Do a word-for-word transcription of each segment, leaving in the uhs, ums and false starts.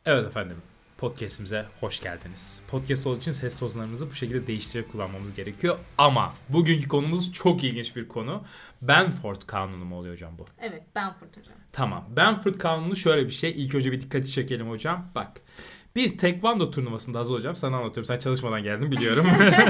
Evet efendim, podcast'imize hoş geldiniz. Podcast olduğu için ses tozlarımızı bu şekilde değiştirip kullanmamız gerekiyor. Ama bugünkü konumuz çok ilginç bir konu. Benford Kanunu mu oluyor hocam bu? Evet, Benford hocam. Tamam, Benford Kanunu şöyle bir şey. İlk önce bir dikkati çekelim hocam. Bak, bir tekvando turnuvasında Hazal hocam sana anlatıyorum. Sen çalışmadan geldin biliyorum.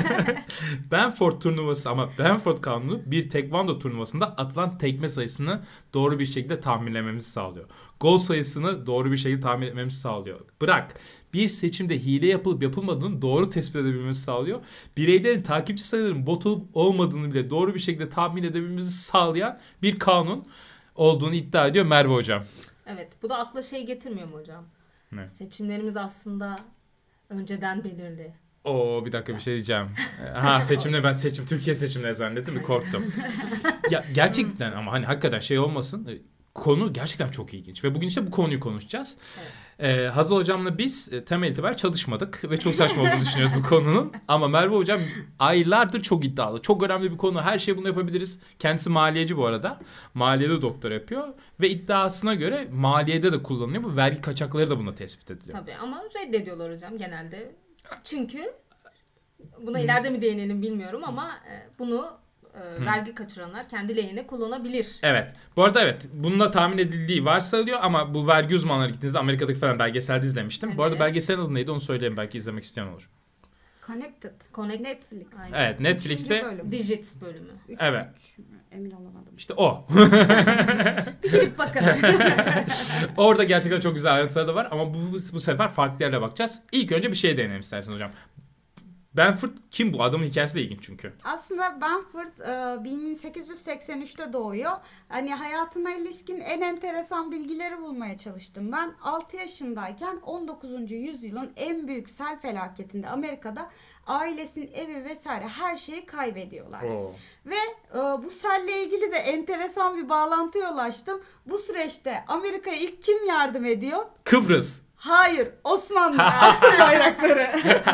Benford turnuvası ama Benford Kanunu bir tekvando turnuvasında atılan tekme sayısını doğru bir şekilde tahminlememizi sağlıyor. Gol sayısını doğru bir şekilde tahmin etmemizi sağlıyor. Bırak bir seçimde hile yapılıp yapılmadığını doğru tespit edebilmemizi sağlıyor. Bireylerin takipçi sayılarının bot olup olmadığını bile doğru bir şekilde tahmin edebilmemizi sağlayan bir kanun olduğunu iddia ediyor Merve hocam. Evet, bu da akla şey getirmiyor mu hocam? Ne? Seçimlerimiz aslında önceden belirli. Oo bir dakika bir şey diyeceğim. Ha seçimle ben seçim Türkiye seçimleri zannettim bir korktum. Ya gerçekten ama hani hakikaten şey olmasın. Konu gerçekten çok ilginç ve bugün işte bu konuyu konuşacağız. Evet. Ee, Hazal hocamla biz e, temel itibariyle çalışmadık ve çok saçma olduğunu düşünüyoruz bu konunun. Ama Merve hocam aylardır çok iddialı. Çok önemli bir konu. Her şeyi bunu yapabiliriz. Kendisi maliyeci bu arada. Maliyede doktor yapıyor ve iddiasına göre maliyede de kullanılıyor. Bu vergi kaçakları da buna tespit ediliyor. Tabii ama reddediyorlar hocam genelde. Çünkü buna ileride mi değinelim bilmiyorum ama e, bunu e, vergi kaçıranlar kendi lehine kullanabilir. Evet. Bu arada evet. Bununla tahmin edildiği varsayılıyor ama bu vergi uzmanları gittiğinizde Amerika'daki falan belgeselde izlemiştim. Evet. Bu arada belgeselin adı neydi onu söyleyeyim belki izlemek isteyen olur. Connected. Connect Netflix. Aynen. Evet Netflix'te. Üçüncü bölüm. Digits bölümü. Üç, Evet. üç mü? Emin olamadım. İşte o. Bir girip bakın. Orada gerçekten çok güzel ayrıntıları da var ama bu, bu sefer farklı yerlere bakacağız. İlk önce bir şey deneyelim isterseniz hocam. Benford kim bu? Adamın hikayesi de ilginç çünkü. Aslında Benford e, bin sekiz yüz seksen üçte doğuyor. Hani hayatına ilişkin en enteresan bilgileri bulmaya çalıştım. Ben altı yaşındayken on dokuzuncu yüzyılın en büyük sel felaketinde Amerika'da ailesinin evi vesaire her şeyi kaybediyorlar. Oo. Ve e, bu selle ilgili de enteresan bir bağlantıya ulaştım. Bu süreçte Amerika'ya ilk kim yardım ediyor? Kıbrıs. Hayır, Osmanlı asıl bayrakları.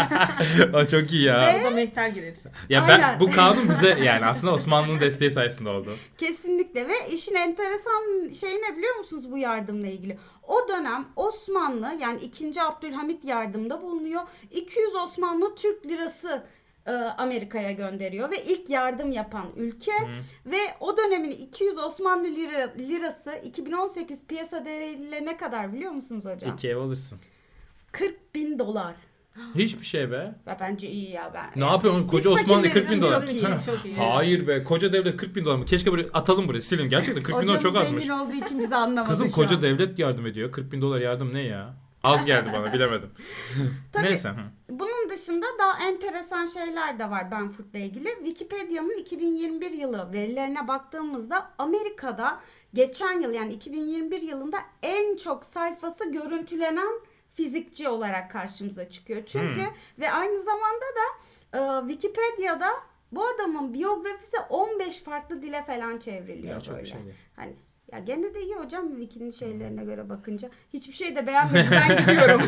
O çok iyi ya. Burada mehter gireriz. Ya ben Aynen. bu kanun bize yani aslında Osmanlı'nın desteği sayesinde oldu. Kesinlikle ve işin enteresan şeyi ne biliyor musunuz bu yardımla ilgili? O dönem Osmanlı yani ikinci. Abdülhamit yardımda bulunuyor. iki yüz Osmanlı Türk lirası e, Amerika'ya gönderiyor ve ilk yardım yapan ülke Hı. ve o dönemin iki yüz Osmanlı lira, lirası iki bin on sekiz piyasa değeriyle ne kadar biliyor musunuz hocam? İki ev alırsın. kırk bin dolar. Hiçbir şey be. Ve bence iyi ya ben. Ne yapıyorsun? Koca Biz Osmanlı fakirlerin kırk bin için dolar. çok iyi. Çok iyi, çok iyi. Hayır be. Koca devlet kırk bin dolar mı? Keşke böyle atalım buraya. Silin. Gerçekten kırk bin dolar çok azmış. zengin olduğu için bizi anlamadı Kızım şu koca an. devlet yardım ediyor. kırk bin dolar yardım ne ya? Az geldi bana bilemedim. Tabii. Neyse. Hı. Bunun dışında daha enteresan şeyler de var Benford'la ilgili. Wikipedia'nın iki bin yirmi bir yılı verilerine baktığımızda Amerika'da geçen yıl yani iki bin yirmi bir yılında en çok sayfası görüntülenen fizikçi olarak karşımıza çıkıyor. Çünkü Hmm. ve aynı zamanda da e, Wikipedia'da bu adamın biyografisi on beş farklı dile falan çevriliyor Ya çok böyle. bir şey değil. Hani ya gene de iyi hocam Wiki'nin şeylerine göre bakınca. Hiçbir şey de beğenmedim ben gidiyorum.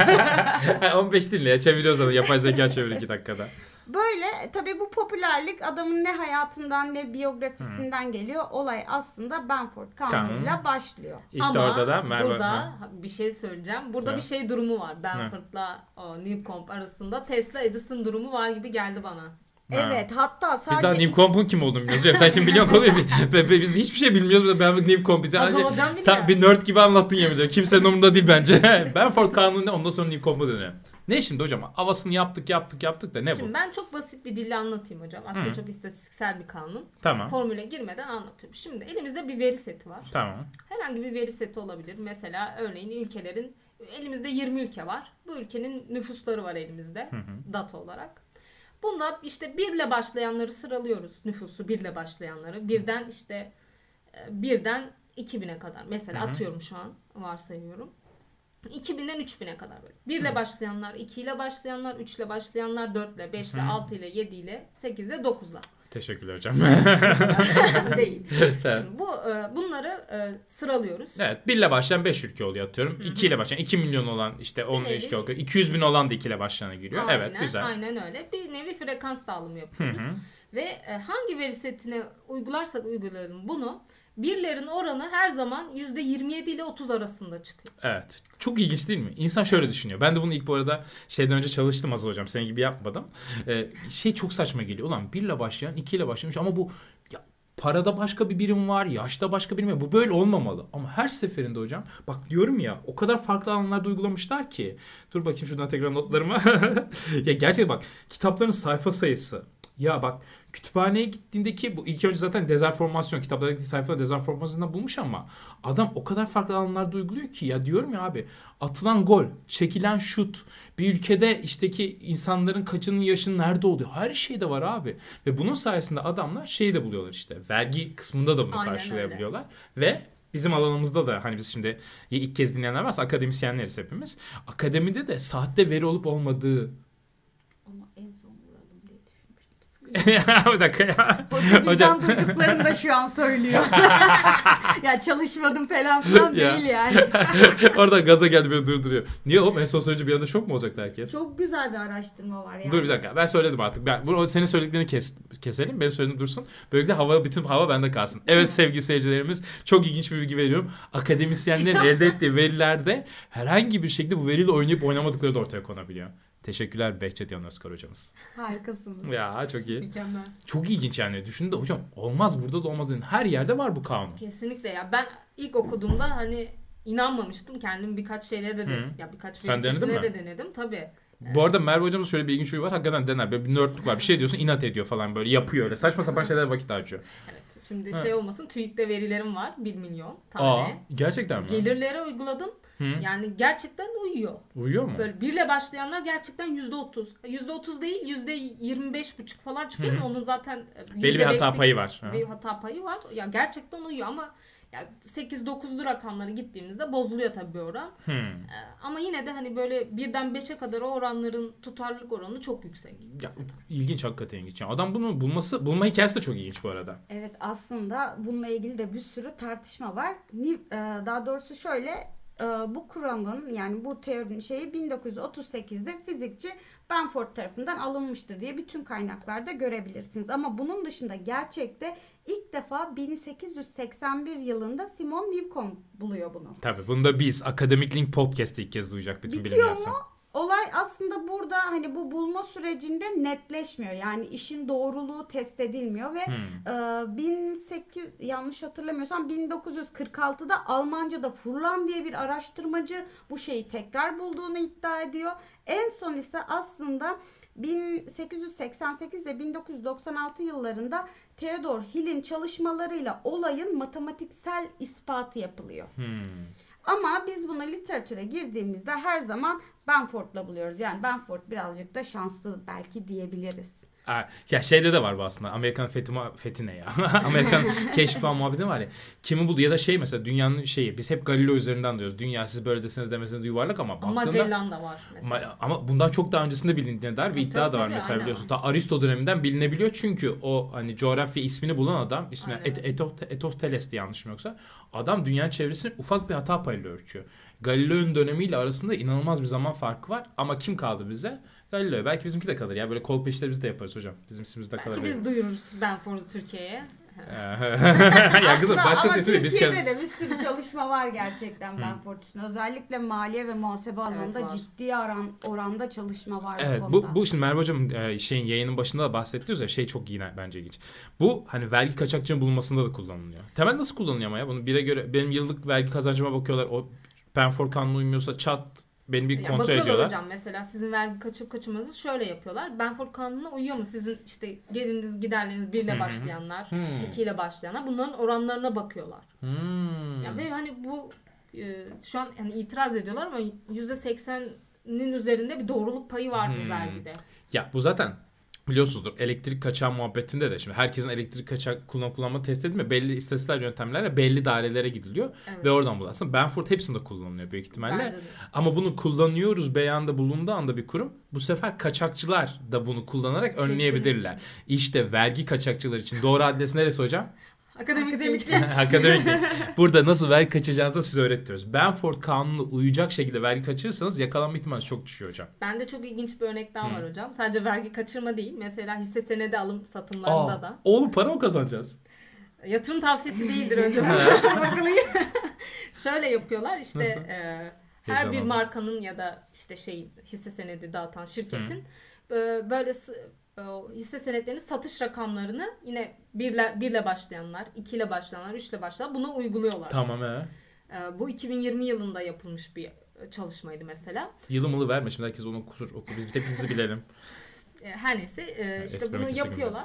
on beş dinle ya çeviriyoruz zaten. Yapay zeka çeviriyor iki dakikada. Böyle tabii bu popülerlik adamın ne hayatından ne biyografisinden geliyor. Olay aslında Benford kanunuyla Kanun. başlıyor. İşte Ama orada da Merve. burada Hı. bir şey söyleyeceğim. Burada Söyle. bir şey durumu var. Benford'la o, Newcomb arasında Tesla Edison durumu var gibi geldi bana. Ha. Evet hatta Biz sadece daha Newcomb'un kim olduğunu bilmiyoruz. Hocam. Sen şimdi biliyorsun konuyu. Biz hiçbir şey bilmiyoruz. Ben Newcomb bize. Hazal hocam biliyor. Tam bir nerd gibi anlattın yemin ediyorum. Kimsenin umurunda değil bence. Benford kanunu ne? Ondan sonra Newcomb'a dönüyor. Ne şimdi hocam? Havasını yaptık yaptık yaptık da ne Şimdi bu? ben çok basit bir dille anlatayım hocam. Aslında Hı. çok istatistiksel bir kanun. Tamam. Formüle girmeden anlatıyorum. Şimdi elimizde bir veri seti var. Tamam. Herhangi bir veri seti olabilir. Mesela örneğin ülkelerin elimizde yirmi ülke var. Bu ülkenin nüfusları var elimizde Hı hı. data olarak. Bunda işte birle başlayanları sıralıyoruz. Nüfusu birle başlayanları. Birden işte birden iki bine kadar. Mesela Hı hı. atıyorum şu an varsayıyorum. iki binden üç bine kadar böyle. bir ile başlayanlar, iki ile başlayanlar, üç ile başlayanlar, dört ile, beş ile, altı ile, yedi ile, sekiz ile, dokuz ile. Teşekkürler hocam. Değil. Evet. Şimdi bu e, bunları e, sıralıyoruz. Evet. bir ile başlayan beş ülke oluyor atıyorum. iki ile başlayan iki milyon olan işte on nevi- ülke oluyor. iki yüz bin olan da iki ile başlayana giriyor. Aynen, Evet güzel. Aynen öyle. Bir nevi frekans dağılımı Hı yapıyoruz. hı. Ve e, hangi veri setine uygularsak uygulayalım bunu birlerin oranı her zaman yüzde yirmi yedi ile otuz arasında çıkıyor. Evet. Çok ilginç değil mi? İnsan şöyle düşünüyor. Ben de bunu ilk bu arada şeyden önce çalıştım Azal hocam. Senin gibi yapmadım. Ee, şey çok saçma geliyor. Ulan bir ile başlayan iki ile başlamış ama bu ya, parada başka bir birim var. Yaşta başka bir birim var. Bu böyle olmamalı. Ama her seferinde hocam bak diyorum ya o kadar farklı alanlarda uygulamışlar ki. Dur bakayım şuradan tekrar notlarıma. Ya gerçekten bak kitapların sayfa sayısı. Ya bak kütüphaneye gittiğindeki bu ilk önce zaten dezenformasyon kitaplardaki sayfada dezenformasyondan bulmuş ama adam o kadar farklı alanlarda uyguluyor ki ya diyorum ya abi atılan gol, çekilen şut, bir ülkede işteki insanların kaçının yaşının nerede olduğu her şeyde var abi. Ve bunun sayesinde adamlar şeyi de buluyorlar işte vergi kısmında da bunu Aynen karşılayabiliyorlar ve bizim alanımızda da hani biz şimdi ilk kez dinleyenler varsa akademisyenleriz hepimiz. Akademide de sahte veri olup olmadığı Ama en son vuralım diye düşünmüştüm. bir dakika ya. Hoca bizden duyduklarını da şu an söylüyor. Ya çalışmadım falan filan Ya. değil yani. Orada gaza geldi beni durduruyor. Niye oğlum en son söyleyince bir anda şok mu olacaktı herkes? Çok güzel bir araştırma var yani. Dur bir dakika ben söyledim artık. Ben, bu, senin söylediklerini kes, keselim. Benim söylediğim dursun. Böylelikle hava, bütün hava bende kalsın. Evet sevgili seyircilerimiz çok ilginç bir bilgi veriyorum. Akademisyenlerin elde ettiği verilerde herhangi bir şekilde bu veriyle oynayıp oynamadıkları da ortaya konabiliyor. Teşekkürler Behçet Yan Özkar hocamız. Harikasınız. Ya çok iyi. Mükemmel. Çok ilginç yani. Düşünün de hocam olmaz burada da olmaz dedin. Her yerde var bu kanun. Kesinlikle ya. Ben ilk okuduğumda hani inanmamıştım. Kendim birkaç şeylere de, de Hı. ya birkaç Sen denedin setine mi? de denedim tabii. Bu arada Merve hocamız şöyle bir ilginç huyu var. Hakikaten dener. Böyle bir nörtlük var. Bir şey diyorsun inat ediyor falan böyle. Yapıyor öyle. Saçma sapan şeyler vakit harcıyor. Evet. Şimdi Ha. şey olmasın. TÜİK'te verilerim var. bir milyon tane. Aa gerçekten mi? Gelirlere uyguladım. Hı. Yani gerçekten uyuyor. Uyuyor mu? Böyle birle başlayanlar gerçekten yüzde otuz. Yüzde otuz değil yüzde yirmi beş buçuk falan çıkıyor. Hı hı. ama Onun zaten Belli bir hata payı var. Ha. Bir hata payı var. Ya gerçekten uyuyor ama ya sekiz dokuzlu rakamlara gittiğimizde bozuluyor tabii bir oran. Hmm. Ee, ama yine de hani böyle birden beşe kadar o oranların tutarlılık oranı çok yüksek. Ya, ilginç hakikaten ilginç. Yani adam bunu bulması, bulma hikayesi de çok ilginç bu arada. Evet aslında bununla ilgili de bir sürü tartışma var. Ni- e, Daha doğrusu şöyle e, bu kuramın yani bu teorinin şeyi bin dokuz yüz otuz sekizde fizikçi Benford tarafından alınmıştır diye bütün kaynaklarda görebilirsiniz. Ama bunun dışında gerçekte ilk defa bin sekiz yüz seksen bir yılında Simon Newcomb buluyor bunu. Tabii bunu da biz Akademik Link Podcast'te ilk kez duyacak bütün bilim Bitiyor dünyası. mu? Olay aslında burada hani bu bulma sürecinde netleşmiyor. Yani işin doğruluğu test edilmiyor ve Hmm. e, bin sekiz yanlış hatırlamıyorsam bin dokuz yüz kırk altıda Almanca'da Furlan diye bir araştırmacı bu şeyi tekrar bulduğunu iddia ediyor. En son ise aslında bin sekiz yüz seksen sekiz ve bin dokuz yüz doksan altı yıllarında Theodor Hill'in çalışmalarıyla olayın matematiksel ispatı yapılıyor. Hmm. Ama biz bunu literatüre girdiğimizde her zaman Benford'la buluyoruz. Yani Benford birazcık da şanslı belki diyebiliriz. Aa, ya şeyde de var bu aslında. Amerikan fethi, muha- fethi ne ya? Amerikan keşfi falan muhabbeti var ya. Kimi buldu ya da şey mesela dünyanın şeyi. Biz hep Galileo üzerinden diyoruz. Dünya siz böyle deseniz demeseniz yuvarlak ama Ama baktığında... Magellan da var mesela. Ama, ama bundan çok daha öncesinde bilindiğine dair bir Tabii, iddia da var tabii, mesela aynen. biliyorsun. Ta Aristo döneminden bilinebiliyor çünkü o hani coğrafya ismini bulan adam ismi Aynen. Et, Eto- Etosteles yanlışım yoksa adam dünyanın çevresini ufak bir hata payıyla ölçüyor. Galileo'nun dönemiyle arasında inanılmaz bir zaman farkı var ama kim kaldı bize? Galileo. Belki bizimki de kalır ya böyle kol peşleri biz de yaparız hocam. Bizim ismimiz de Belki kalır. biz duyururuz Benford'u Türkiye'ye. Ya kızım Aslında başka ama ismi de biz Türkiye'de kendi... de bir sürü çalışma var gerçekten Benford üstüne. Özellikle maliye ve muhasebe alanında var. ciddi oran, oranda çalışma var Evet bu bu, konuda. bu şimdi Merve Hocam e, şeyin yayının başında da bahsettiniz ya şey çok iyi bence ilginç. Bu hani vergi kaçakçının bulunmasında da kullanılıyor. Temel nasıl kullanılıyor ama ya? Bunu bire göre benim yıllık vergi kazancıma bakıyorlar. O Benford kanunu uymuyorsa çat beni bir Ya kontrol bakıyorlar ediyorlar. hocam mesela sizin vergi kaçıp kaçırmanızı şöyle yapıyorlar. Benford kanununa uyuyor mu? Sizin işte geliriniz giderleriniz bir Hı ile hı. başlayanlar, Hmm. iki ile başlayanlar bunların oranlarına bakıyorlar. Hmm. Ya ve hani bu e, şu an yani itiraz ediyorlar ama yüzde seksenin üzerinde bir doğruluk payı var Hmm. bu vergide. Ya bu zaten biliyorsunuzdur elektrik kaçağı muhabbetinde de şimdi herkesin elektrik kaçak kullanım kullanma test edilmiyor. Belli istatistiksel yöntemlerle belli dairelere gidiliyor Evet. ve oradan buluyor. Aslında Benford hepsinde kullanılıyor büyük ihtimalle. Bence de. Ama bunu kullanıyoruz beyanda bulunduğu anda bir kurum bu sefer kaçakçılar da bunu kullanarak önleyebilirler. İşte vergi kaçakçılar için doğru adres neresi hocam? Akademik, Akademik değil. Akademik değil. Burada nasıl vergi kaçıracağınızı size öğretiyoruz. Benford kanununa uyacak şekilde vergi kaçırırsanız yakalanma ihtimali çok düşüyor hocam. Bende çok ilginç bir örnek daha Hı. var hocam. Sadece vergi kaçırma değil. Mesela hisse senedi alım satımlarında Aa, da. oğlum para mı kazanacağız? Yatırım tavsiyesi değildir önce. Bakılayım. Şöyle yapıyorlar işte e, her Heyecan bir oldu. markanın ya da işte şeyin hisse senedi dağıtan şirketin e, böyle s- e, hisse senetlerinin satış rakamlarını yine birle, birle başlayanlar, ikiyle başlayanlar, üçle başlayanlar bunu uyguluyorlar. Tamam he. E, bu iki bin yirmi yılında yapılmış bir çalışmaydı mesela. Yılı mılı verme şimdi herkes onu kusur oku. Biz bir tek bizi bilelim. E, her neyse e, işte esprime bunu kimse yapıyorlar.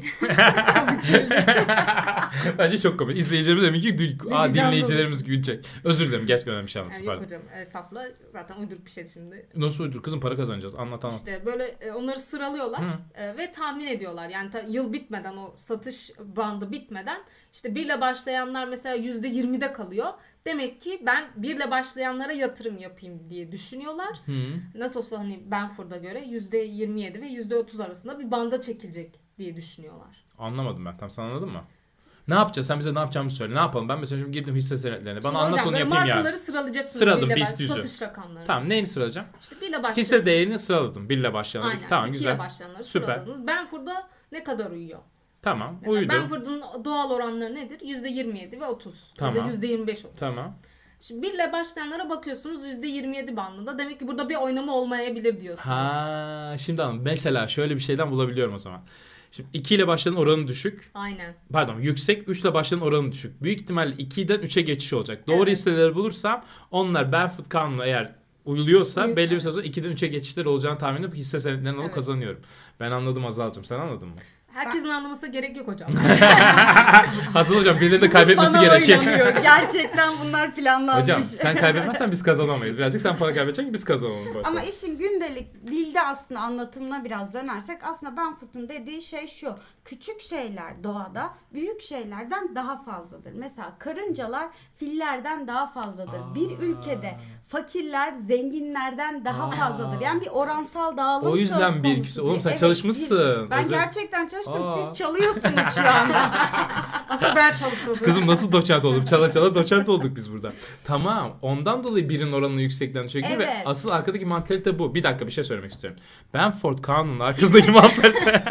Bence çok komik. İzleyicilerimiz demek ki dü- Aa, diyeceğim dinleyicilerimiz gülecek. Özür dilerim. Gerçekten önemli bir şey Yani anlattım. yok Pardon. hocam estağfurullah zaten uyduruk bir şey şimdi. Nasıl uydur? Kızım para kazanacağız. Anlat anlat. İşte böyle e, onları sıralıyorlar Hı. e, ve tahmin ediyorlar. Yani ta- yıl bitmeden o satış bandı bitmeden işte birle başlayanlar mesela yüzde yirmide kalıyor. Demek ki ben birle başlayanlara yatırım yapayım diye düşünüyorlar. Hı. Nasıl olsa hani Benford'a göre yüzde yirmi yedi ve yüzde otuz arasında bir banda çekilecek diye düşünüyorlar. Anlamadım ben. Tam sen anladın mı? Ne yapacağız? Sen bize ne yapacağımızı söyle. Ne yapalım? Ben mesela şimdi girdim hisse senetlerine. Bana Şimdi anlat hocam onu böyle yapayım ya. markaları sıralayacaksınız. Sıraladım, birle BIST baş- yüzü. Satış rakamlarını. Tamam neyini sıralayacağım? İşte birle başlayan. Hisse değerini sıraladım. Birle başlayanlar. Aynen. Tamam ikiyle güzel. başlayanları Süper. sıraladınız. Benford'a ne kadar uyuyor? Tamam Mesela uydu. Benford'un doğal oranları nedir? yüzde yirmi yedi ve otuz. Tamam. Ya da yüzde yirmi beş otuz. Tamam. Şimdi birle başlayanlara bakıyorsunuz yüzde yirmi yedi bandında. Demek ki burada bir oynama olmayabilir diyorsunuz. Ha şimdi anladım. Mesela şöyle bir şeyden bulabiliyorum o zaman. Şimdi iki ile başlayan oranı düşük. Aynen. Pardon yüksek. üç ile başlayan oranı düşük. Büyük ihtimalle ikiden üçe geçiş olacak. Doğru Evet. hisseleri bulursam onlar Benford kanunu eğer uyuluyorsa Uyum- belli bir evet. süre sonra ikiden üçe geçişler olacağını tahmin edip hisse senetlerini alıp Evet. kazanıyorum. Ben anladım Azal'cığım. Sen anladın mı? Herkesin anlaması gerek yok hocam. Hazal hocam birileri de kaybetmesi Bana gerekiyor. oynanıyor. Gerçekten bunlar planlanmış. Hocam sen kaybetmezsen biz kazanamayız. Birazcık sen para kaybedeceksin ki biz kazanalım. Başta. Ama işin gündelik dilde aslında anlatımına biraz dönersek aslında Benford'un dediği şey şu. Küçük şeyler doğada büyük şeylerden daha fazladır. Mesela karıncalar fillerden daha fazladır. Aa. Bir ülkede fakirler zenginlerden daha Aa. fazladır. Yani bir oransal dağılım O yüzden söz bir konusu ikisi. Oğlum diye. sen Evet, çalışmışsın. bir- Ben Özel- gerçekten çalıştım. Aa. Siz çalıyorsunuz şu anda. Asıl ben çalışıyordum. Kızım nasıl doçent olduk? Çala çala doçent olduk biz burada. Tamam. Ondan dolayı birinin oranını yüksekten çekiyor ve Evet. asıl arkadaki mantalite bu. Bir dakika bir şey söylemek istiyorum. Benford kanunun arkasındaki mantalite.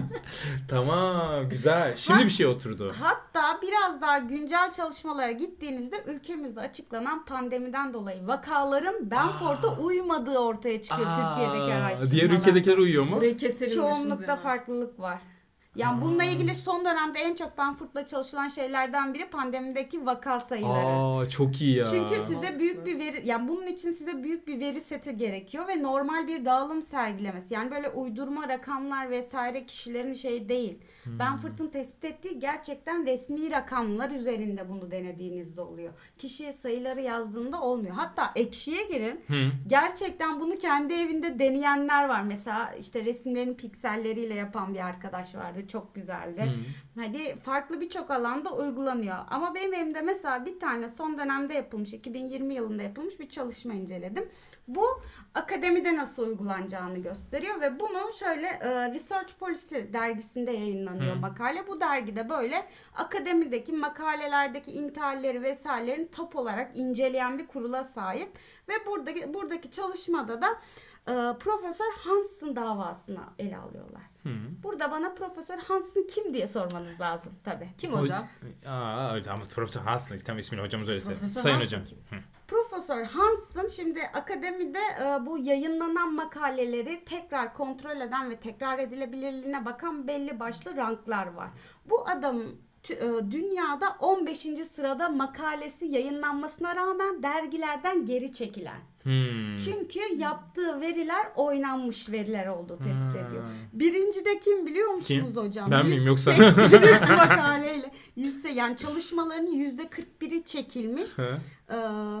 Tamam güzel. Şimdi bir şey oturdu. Hatta biraz daha güncel çalışmalara gittiğinizde ülkemizde açıklanan pandemiden dolayı vakaların Benford'a uymadığı ortaya çıkıyor Türkiye'deki Aa, araştırmalarda. diğer ülkedekiler uyuyor mu? Burayı keselim. başımız Çoğunlukta yana. farklılık var. Yani bununla ilgili son dönemde en çok Benford'la çalışılan şeylerden biri pandemideki vaka sayıları. Aa çok iyi ya. Çünkü size Mantıklı. büyük bir veri, yani bunun için size büyük bir veri seti gerekiyor ve normal bir dağılım sergilemesi. Yani böyle uydurma rakamlar vesaire kişilerin şeyi değil. Hmm. Benford'un tespit ettiği gerçekten resmi rakamlar üzerinde bunu denediğinizde oluyor. Kişiye sayıları yazdığında olmuyor. Hatta Ekşi'ye girin. Hı. Gerçekten bunu kendi evinde deneyenler var. Mesela işte resimlerin pikselleriyle yapan bir arkadaş vardı. Çok güzeldi. Hı. Hani farklı birçok alanda uygulanıyor. Ama benim elimde mesela bir tane son dönemde yapılmış, iki bin yirmi yılında yapılmış bir çalışma inceledim. Bu akademide nasıl uygulanacağını gösteriyor ve bunu şöyle e, Research Policy dergisinde yayınlanıyor Hı. makale. Bu dergide böyle akademideki makalelerdeki intihalleri vesairelerin top olarak inceleyen bir kurula sahip ve buradaki buradaki çalışmada da e, Profesör Hansen davasını ele alıyorlar. Hı. Burada bana Profesör Hansen kim diye sormanız lazım tabii. Kim hocam? Aa hocam Profesör Hansen tam ismini hocamız öyle söyledi. Profesör Sayın Hansen hocam. kim? Hı. Profesör Hansen şimdi akademide e, bu yayınlanan makaleleri tekrar kontrol eden ve tekrar edilebilirliğine bakan belli başlı ranklar var. Bu adam tü- e, dünyada on beşinci sırada makalesi yayınlanmasına rağmen dergilerden geri çekilen. Hmm. Çünkü yaptığı veriler oynanmış veriler olduğu tespit Ha. ediyor. Birinci de kim biliyor musunuz Kim? hocam? Ben miyim yoksa? yüz seksen üç makaleyle. yüz yani çalışmalarının yüzde kırk biri çekilmiş. Hı. Ee,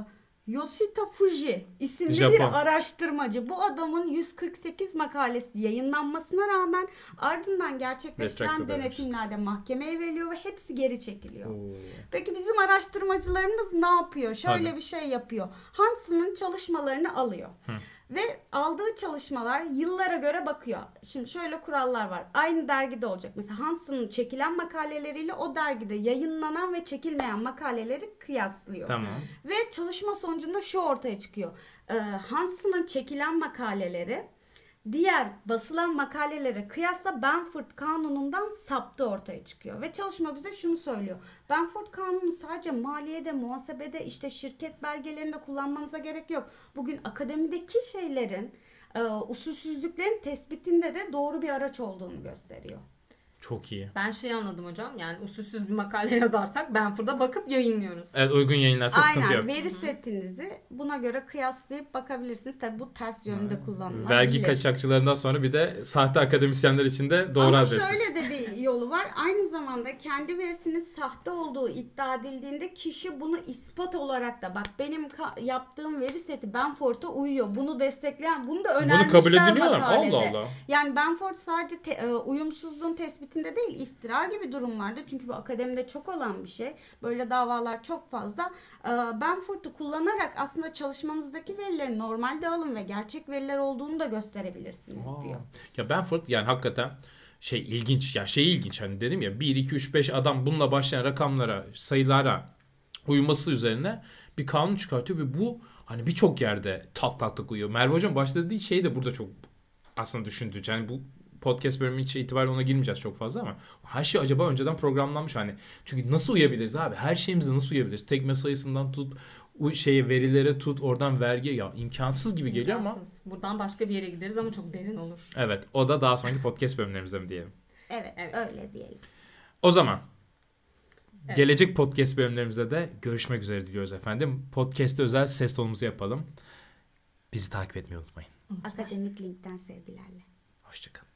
Yoshita Fuji isimli Japon. bir araştırmacı. Bu adamın yüz kırk sekiz makalesi yayınlanmasına rağmen ardından gerçekleştiren Retracted edilmiş. denetimlerde mahkemeye veriliyor ve hepsi geri çekiliyor. Oo. Peki bizim araştırmacılarımız ne yapıyor? Şöyle Hadi. bir şey yapıyor. Hansen'ın çalışmalarını alıyor. Hı. Ve aldığı çalışmalar yıllara göre bakıyor. Şimdi şöyle kurallar var. Aynı dergide olacak. Mesela Hansen'ın çekilen makaleleriyle o dergide yayınlanan ve çekilmeyen makaleleri kıyaslıyor. Tamam. Ve çalışma sonucunda şu ortaya çıkıyor. Ee, Hansen'ın çekilen makaleleri diğer basılan makalelere kıyasla Benford Kanunu'ndan saptığı ortaya çıkıyor. Ve çalışma bize şunu söylüyor. Benford Kanunu sadece maliyede, muhasebede, işte şirket belgelerinde kullanmanıza gerek yok. Bugün akademideki şeylerin, e, usulsüzlüklerin tespitinde de doğru bir araç olduğunu gösteriyor. Çok iyi. Ben şey anladım hocam. Yani usulsüz bir makale yazarsak Benford'a bakıp yayınlıyoruz. Evet, uygun yayınlarsa sıkıntı Aynen, yok. veri setinizi buna göre kıyaslayıp bakabilirsiniz. Tabii bu ters yönde kullanılabilir. Vergi kaçakçılarından sonra bir de sahte akademisyenler için de doğru Ama adresiz. şöyle de bir yolu var. Aynı zamanda kendi verisinin sahte olduğu iddia edildiğinde kişi bunu ispat olarak da, bak benim ka- yaptığım veri seti Benford'a uyuyor. Bunu destekleyen, bunu da önermişler Bunu kabul ediliyorlar. makalede. Allah Allah. Yani Benford sadece te- e, uyumsuzluğun tespitinde değil, iftira gibi durumlarda, çünkü bu akademide çok olan bir şey. Böyle davalar çok fazla. E, Benford'u kullanarak aslında çalışmanızdaki verilerin normal dağılım ve gerçek veriler olduğunu da gösterebilirsiniz Aa. diyor. Ya Benford yani hakikaten şey ilginç ya şey ilginç hani dedim ya bir iki üç beş adam bununla başlayan rakamlara, sayılara uyması üzerine bir kanun çıkartıyor ve bu hani birçok yerde tak tak tak uyuyor. Merve Hocam başta dediği şey de burada çok aslında düşündürücü. Yani bu podcast bölümü için itibariyle ona girmeyeceğiz çok fazla ama her şey acaba önceden programlanmış hani. Çünkü nasıl uyabiliriz abi? Her şeyimize nasıl uyabiliriz? Tekme sayısından tut, o şeye verilere tut, oradan vergi ya imkansız gibi geliyor ama. İmkansız. Buradan başka bir yere gideriz ama çok derin olur. Evet, o da daha sonraki podcast bölümlerimizde mi diyelim. Evet, Evet. öyle diyelim. O zaman Evet. gelecek podcast bölümlerimizde de görüşmek üzere diliyoruz efendim. Podcast'te özel ses tonumuzu yapalım. Bizi takip etmeyi unutmayın. Akademik Link'ten sevgilerle. Hoşçakalın.